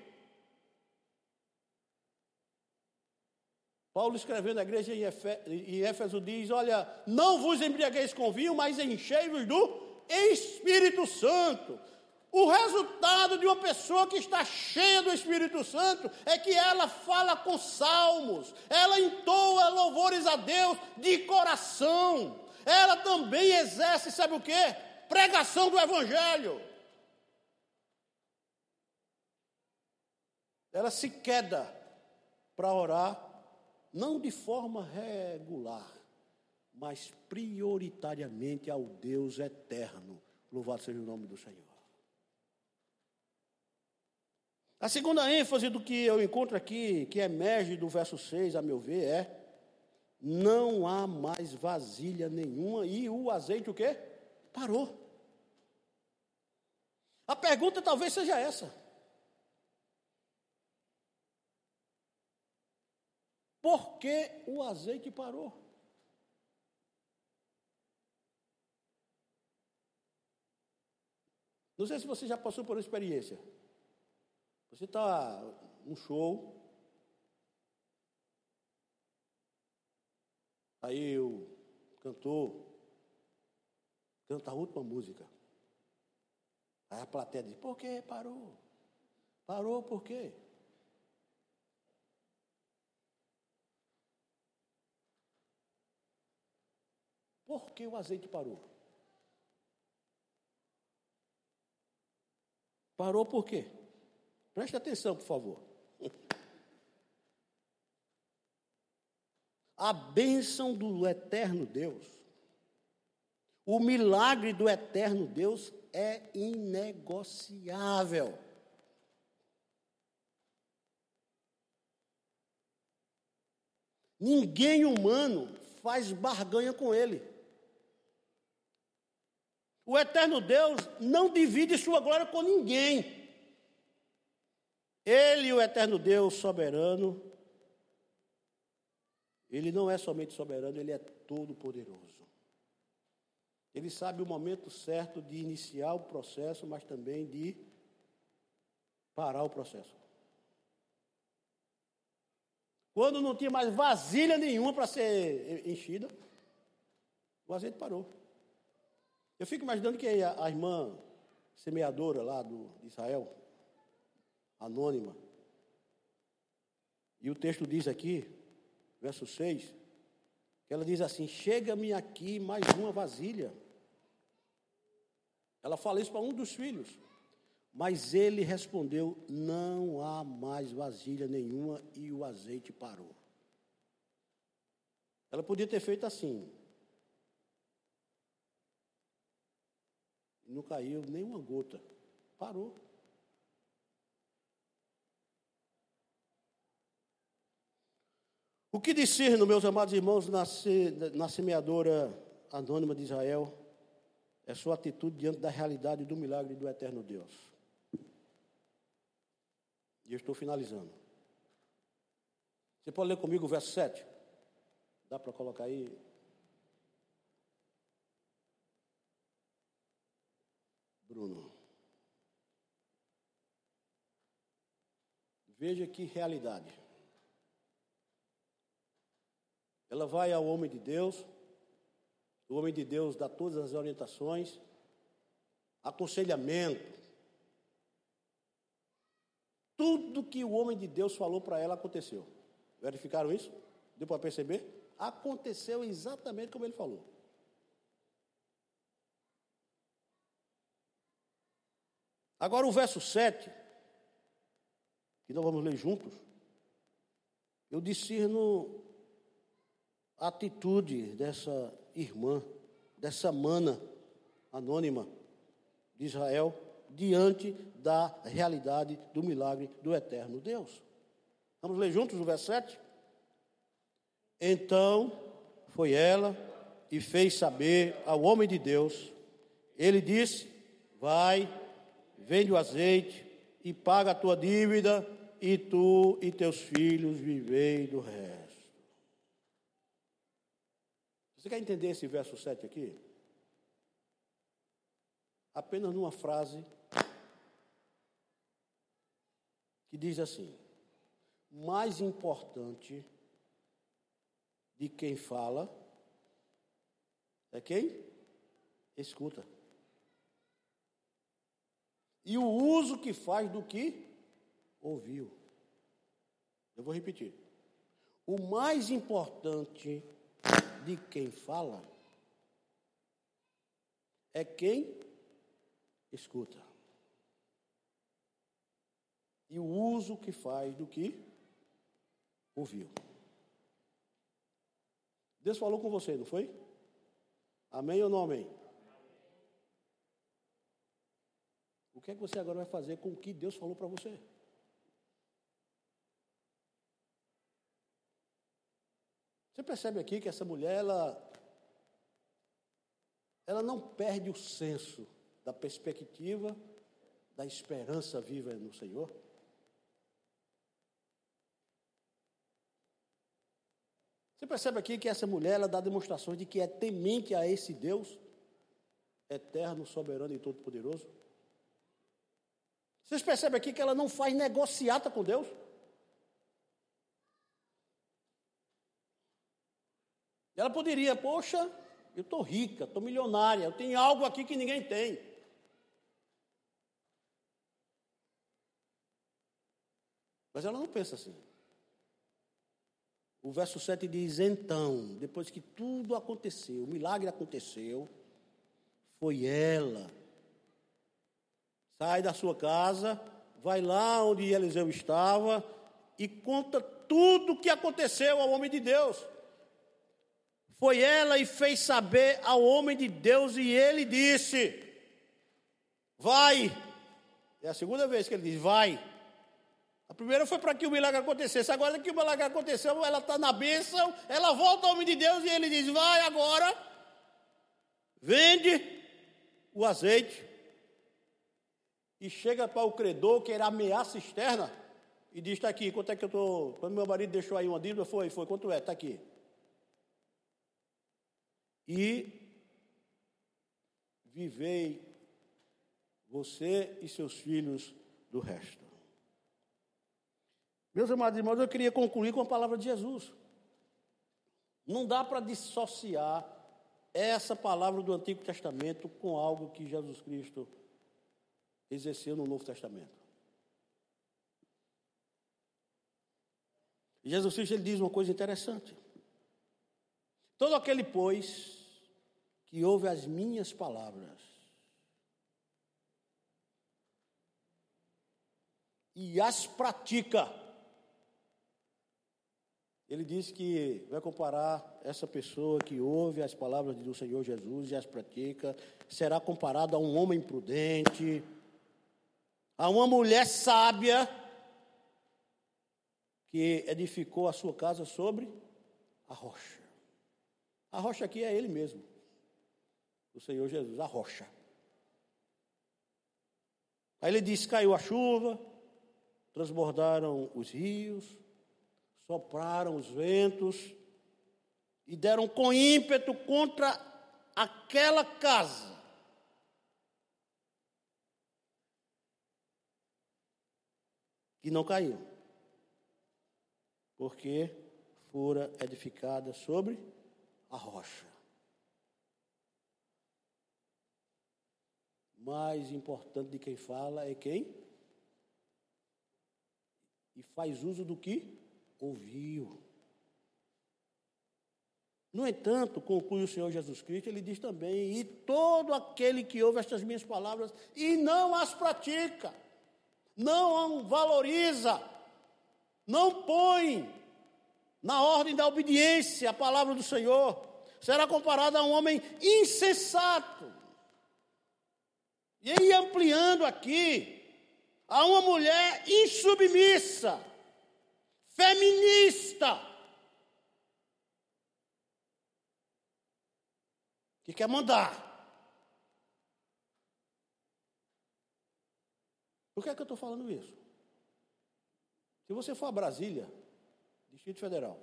Paulo, escrevendo à igreja em Éfeso, diz: olha, não vos embriagueis com vinho, mas enchei-vos do Espírito Santo. O resultado de uma pessoa que está cheia do Espírito Santo é que ela fala com salmos, ela entoa louvores a Deus de coração. Ela também exerce, sabe o quê? Pregação do Evangelho. Ela se queda para orar, não de forma regular, mas prioritariamente ao Deus eterno. Louvado seja o nome do Senhor. A segunda ênfase do que eu encontro aqui, que emerge do verso 6, a meu ver, é: não há mais vasilha nenhuma e o azeite o quê? Parou. A pergunta talvez seja essa: por que o azeite parou? Não sei se você já passou por uma experiência. Você está num show, aí o cantor canta a última música. Aí a plateia diz: por que parou? Parou por quê? Por que o azeite parou? Parou por quê? Preste atenção, por favor. A bênção do eterno Deus, o milagre do eterno Deus é inegociável. Ninguém humano faz barganha com ele. O eterno Deus não divide sua glória com ninguém. Ele, o eterno Deus soberano, ele não é somente soberano, ele é todo-poderoso. Ele sabe o momento certo de iniciar o processo, mas também de parar o processo. Quando não tinha mais vasilha nenhuma para ser enchida, o azeite parou. Eu fico imaginando que a irmã semeadora lá de Israel, anônima, e o texto diz aqui, verso 6, que ela diz assim: chega-me aqui mais uma vasilha. Ela fala isso para um dos filhos, mas ele respondeu: não há mais vasilha nenhuma, e o azeite parou. Ela podia ter feito assim, não caiu nenhuma gota, parou. O que discerno, meus amados irmãos, na semeadora anônima de Israel, é sua atitude diante da realidade do milagre do eterno Deus. E eu estou finalizando. Você pode ler comigo o verso 7? Dá para colocar aí? Bruno. Veja que realidade. Ela vai ao homem de Deus, o homem de Deus dá todas as orientações, aconselhamento. Tudo que o homem de Deus falou para ela aconteceu. Verificaram isso? Deu para perceber? Aconteceu exatamente como ele falou. Agora o verso 7, que nós vamos ler juntos, eu discerno a atitude dessa irmã, dessa mana anônima de Israel, diante da realidade do milagre do eterno Deus. Vamos ler juntos o verso 7? Então foi ela e fez saber ao homem de Deus. Ele disse: vai, vende o azeite e paga a tua dívida, e tu e teus filhos vivei do resto. Você quer entender esse verso 7 aqui? Apenas numa frase, que diz assim: mais importante de quem fala é quem escuta. E o uso que faz do que ouviu. Eu vou repetir. O mais importante de quem fala é quem escuta. E o uso que faz do que ouviu. Deus falou com você, não foi? Amém ou não amém? O que é que você agora vai fazer com o que Deus falou para você? Você percebe aqui que essa mulher, ela não perde o senso da perspectiva, da esperança viva no Senhor? Você percebe aqui que essa mulher, ela dá demonstrações de que é temente a esse Deus eterno, soberano e todo-poderoso? Vocês percebem aqui que ela não faz negociata com Deus? Ela poderia, poxa, eu estou rica, estou milionária, eu tenho algo aqui que ninguém tem. Mas ela não pensa assim. O verso 7 diz: então, depois que tudo aconteceu, o milagre aconteceu, foi ela. Sai da sua casa, vai lá onde Eliseu estava e conta tudo o que aconteceu ao homem de Deus. Foi ela e fez saber ao homem de Deus e ele disse: vai. É a segunda vez que ele diz: vai. A primeira foi para que o milagre acontecesse. Agora que o milagre aconteceu, ela está na bênção, ela volta ao homem de Deus e ele diz: vai agora, vende o azeite e chega para o credor, que era ameaça cisterna, e diz: está aqui, quanto é que eu estou... Quando meu marido deixou aí uma dívida, foi, quanto é? Está aqui. E vivei você e seus filhos do resto. Meus amados irmãos, eu queria concluir com a palavra de Jesus. Não dá para dissociar essa palavra do Antigo Testamento com algo que Jesus Cristo exerceu no Novo Testamento. E Jesus Cristo, ele diz uma coisa interessante: todo aquele, pois, que ouve as minhas palavras e as pratica, ele diz que vai comparar essa pessoa que ouve as palavras do Senhor Jesus e as pratica, será comparado a um homem prudente, a uma mulher sábia, que edificou a sua casa sobre a rocha. A rocha aqui é ele mesmo, o Senhor Jesus, a rocha. Aí ele diz: caiu a chuva, transbordaram os rios, sopraram os ventos e deram com ímpeto contra aquela casa. Que não caiu, porque fora edificada sobre a rocha. Mais importante de quem fala é quem? E faz uso do que ouviu. No entanto, conclui o Senhor Jesus Cristo, ele diz também: e todo aquele que ouve estas minhas palavras e não as pratica, não valoriza, não põe na ordem da obediência à palavra do Senhor, será comparado a um homem insensato. E aí, ampliando aqui, a uma mulher insubmissa, feminista, que quer mandar. Por que é que eu estou falando isso? Se você for a Brasília, Distrito Federal,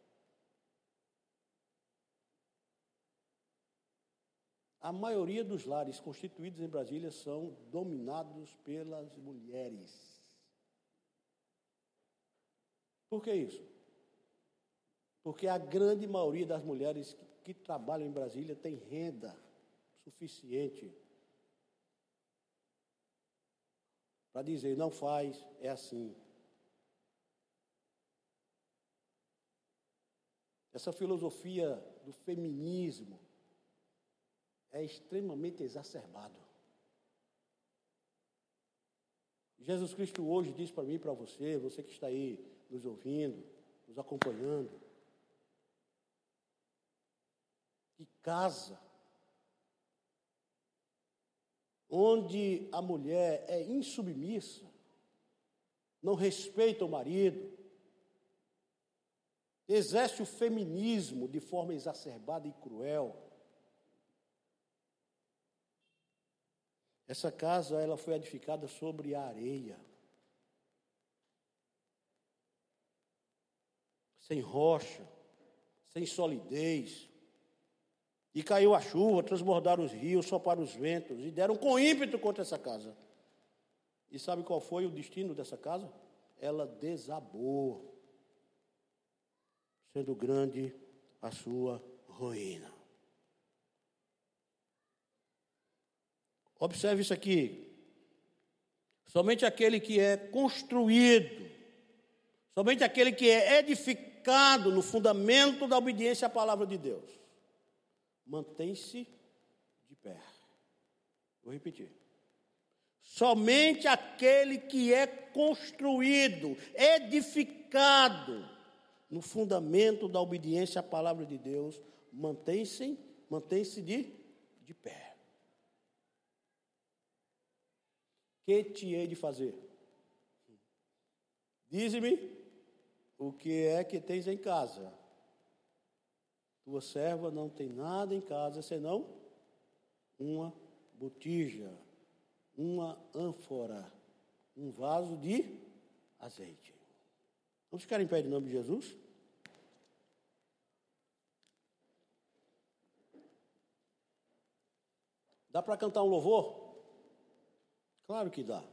a maioria dos lares constituídos em Brasília são dominados pelas mulheres. Por que isso? Porque a grande maioria das mulheres que trabalham em Brasília tem renda suficiente para dizer, não faz, é assim. Essa filosofia do feminismo é extremamente exacerbado. Jesus Cristo hoje diz para mim e para você, você que está aí nos ouvindo, nos acompanhando, que casa onde a mulher é insubmissa, não respeita o marido, exerce o feminismo de forma exacerbada e cruel. Essa casa, ela foi edificada sobre a areia, sem rocha, sem solidez. E caiu a chuva, transbordaram os rios, sopraram os ventos e deram com ímpeto contra essa casa. E sabe qual foi o destino dessa casa? Ela desabou, sendo grande a sua ruína. Observe isso aqui. Somente aquele que é construído, somente aquele que é edificado no fundamento da obediência à palavra de Deus, mantém-se de pé. Vou repetir. Somente aquele que é construído, edificado no fundamento da obediência à palavra de Deus, mantém-se de pé. Que te hei de fazer? Dize-me o que é que tens em casa. Tua serva não tem nada em casa, senão uma botija, uma ânfora, um vaso de azeite. Vamos ficar em pé em nome de Jesus? Dá para cantar um louvor? Claro que dá.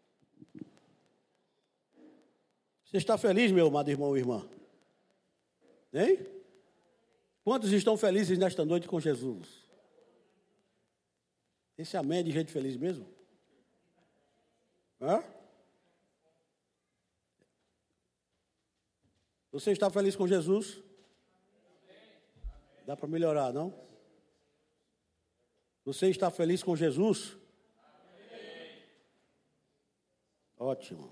Você está feliz, meu amado irmão e irmã? Hein? Quantos estão felizes nesta noite com Jesus? Esse amém é de gente feliz mesmo? Hã? Você está feliz com Jesus? Dá para melhorar, não? Você está feliz com Jesus? Ótimo.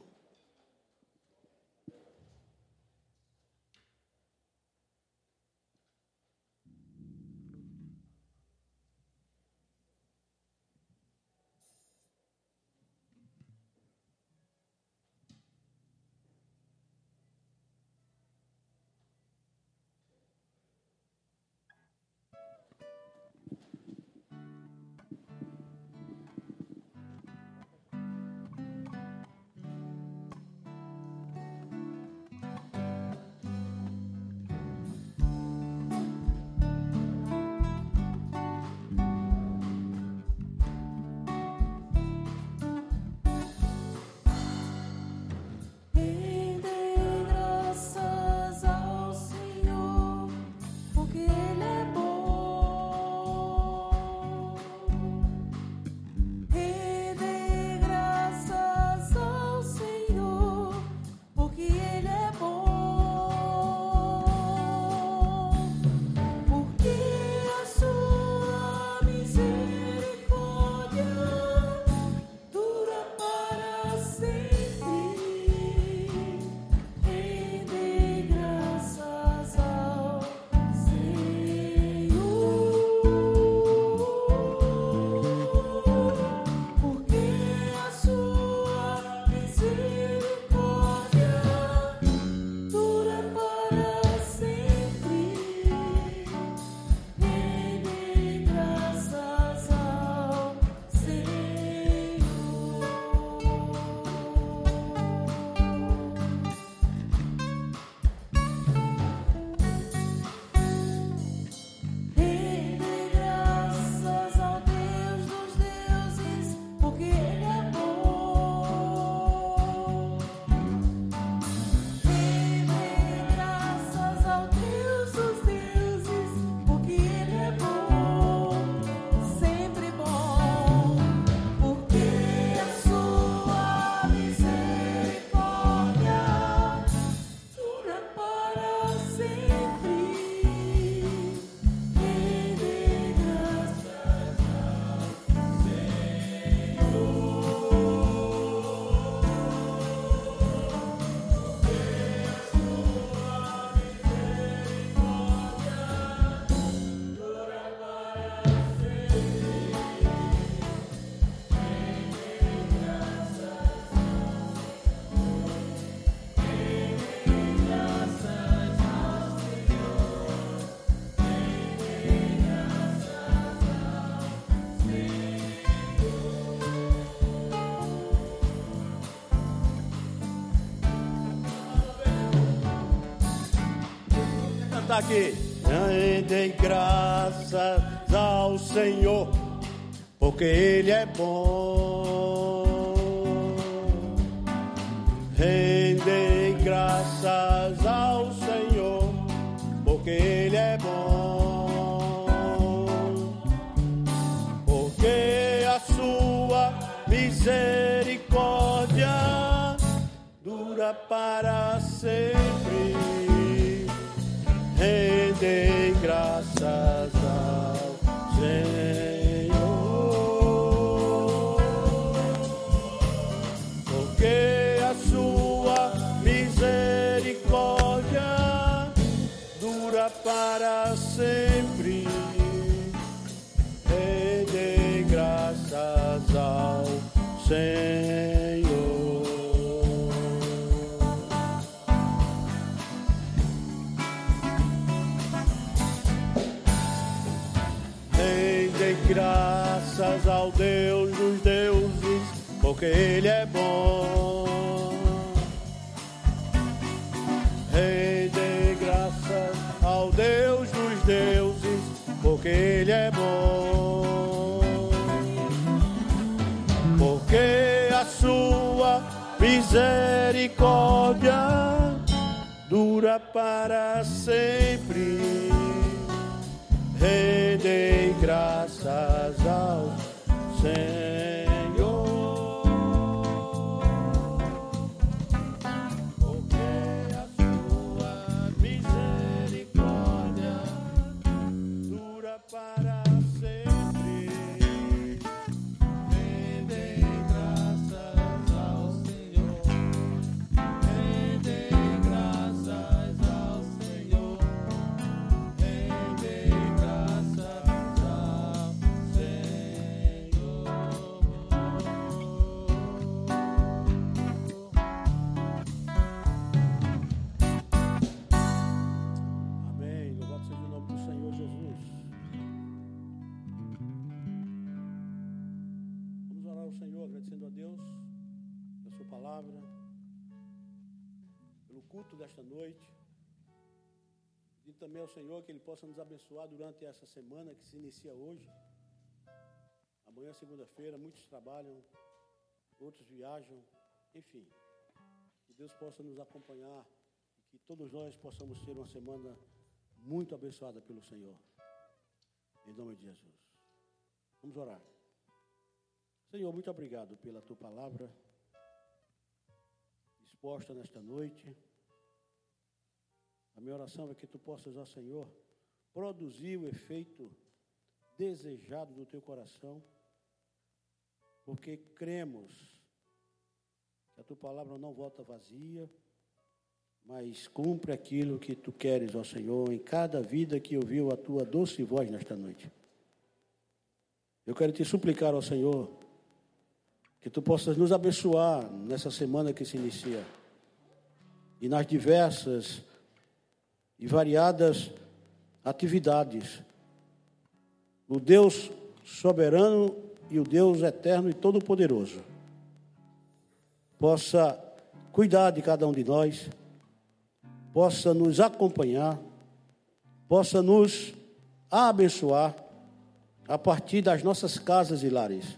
cantar aqui. Rendei graças ao Senhor, porque Ele é bom. Rendei graças ao Senhor, porque Ele é bom. Porque a sua misericórdia dura para sempre. Rendei graças ao Senhor, porque a sua misericórdia dura para sempre. Rendei graças ao Senhor. Graças ao Deus dos deuses, porque Ele é bom. Rendei graças ao Deus dos deuses, porque Ele é bom. Porque a sua misericórdia dura para sempre. Rendei graças ao Senhor, porque a sua misericórdia dura para sempre. Rendei graças ao Senhor, rendei graças ao Senhor. Desta noite, e também ao Senhor que Ele possa nos abençoar durante essa semana que se inicia hoje. Amanhã, segunda-feira, muitos trabalham, outros viajam, enfim, que Deus possa nos acompanhar e que todos nós possamos ter uma semana muito abençoada pelo Senhor, em nome de Jesus. Vamos orar. Senhor, muito obrigado pela Tua palavra exposta nesta noite. A minha oração é que Tu possas, ó Senhor, produzir o efeito desejado do Teu coração, porque cremos que a Tua palavra não volta vazia, mas cumpre aquilo que Tu queres, ó Senhor, em cada vida que ouviu a Tua doce voz nesta noite. Eu quero Te suplicar, ó Senhor, que Tu possas nos abençoar nessa semana que se inicia e nas diversas e variadas atividades. O Deus soberano e o Deus eterno e todo-poderoso possa cuidar de cada um de nós, possa nos acompanhar, possa nos abençoar a partir das nossas casas e lares.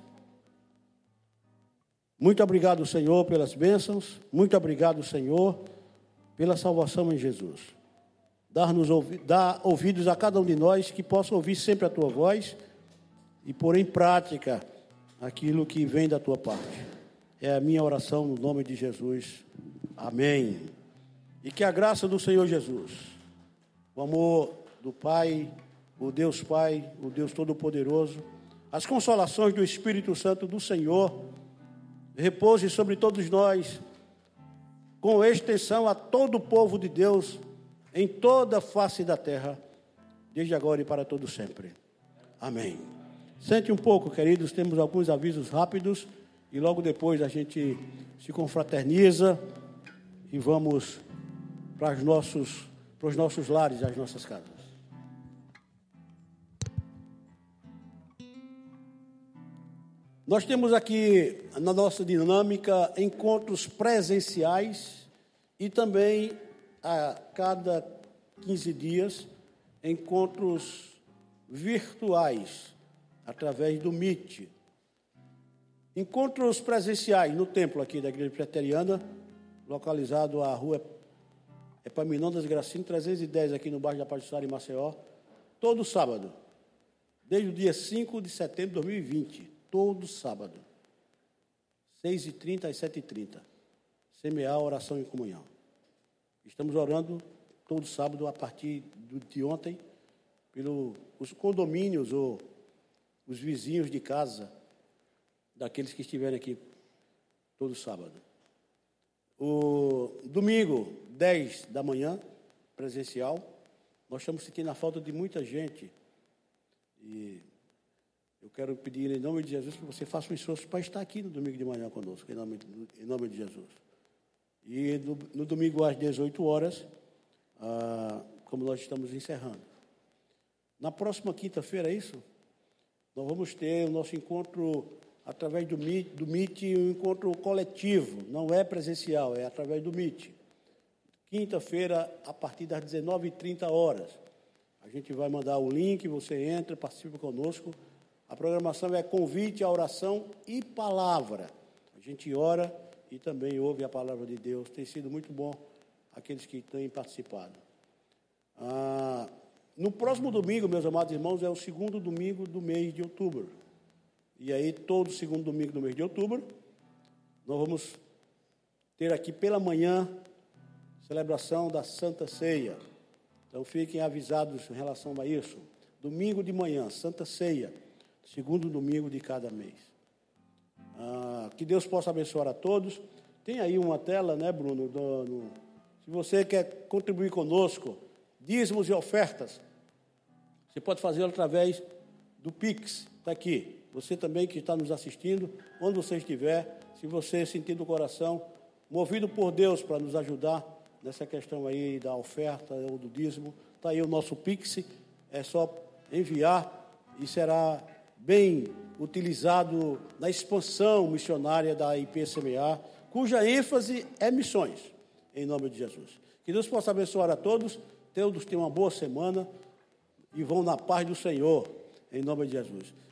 Muito obrigado, Senhor, pelas bênçãos. Muito obrigado, Senhor, pela salvação em Jesus. Dá ouvidos a cada um de nós que possa ouvir sempre a Tua voz e pôr em prática aquilo que vem da Tua parte. É a minha oração no nome de Jesus. Amém. E que a graça do Senhor Jesus, o amor do Pai, o Deus Todo-Poderoso, as consolações do Espírito Santo do Senhor, repouse sobre todos nós, com extensão a todo o povo de Deus, em toda a face da terra, desde agora e para todo sempre. Amém. Sente um pouco, queridos, temos alguns avisos rápidos, e logo depois a gente se confraterniza e vamos para os nossos lares, as nossas casas. Nós temos aqui, na nossa dinâmica, encontros presenciais e também a cada 15 dias, encontros virtuais, através do Meet. Encontros presenciais no templo aqui da Igreja Presbiteriana, localizado à rua Epaminondas Gracino, 310, aqui no bairro da Pajuçara, em Maceió, todo sábado, desde o dia 5 de setembro de 2020, todo sábado, 6h30 às 7h30, semear, oração e comunhão. Estamos orando todo sábado, a partir de ontem, pelos condomínios ou os vizinhos de casa, daqueles que estiverem aqui todo sábado. O domingo, 10 da manhã, presencial, nós estamos sentindo a falta de muita gente. E eu quero pedir em nome de Jesus que você faça um esforço para estar aqui no domingo de manhã conosco, em nome de Jesus. E no domingo às 18 horas, como nós estamos encerrando. Na próxima quinta-feira, é isso? Nós vamos ter o nosso encontro através do Meet, um encontro coletivo, não é presencial, é através do Meet. Quinta-feira, a partir das 19h30. A gente vai mandar o link, você entra, participa conosco. A programação é convite à oração e palavra. A gente ora e também ouve a palavra de Deus. Tem sido muito bom aqueles que têm participado. No próximo domingo, meus amados irmãos, é o segundo domingo do mês de outubro. E aí, todo segundo domingo do mês de outubro, nós vamos ter aqui pela manhã celebração da Santa Ceia. Então, fiquem avisados em relação a isso. Domingo de manhã, Santa Ceia, segundo domingo de cada mês. Que Deus possa abençoar a todos. Tem aí uma tela, né, Bruno? Se você quer contribuir conosco, dízimos e ofertas, você pode fazê-lo através do Pix, está aqui. Você também que está nos assistindo, onde você estiver, se você sentir do coração, movido por Deus para nos ajudar nessa questão aí da oferta ou do dízimo, está aí o nosso Pix, é só enviar e será bem utilizado na expansão missionária da IPCMA, cuja ênfase é missões, em nome de Jesus. Que Deus possa abençoar a todos tenham uma boa semana e vão na paz do Senhor, em nome de Jesus.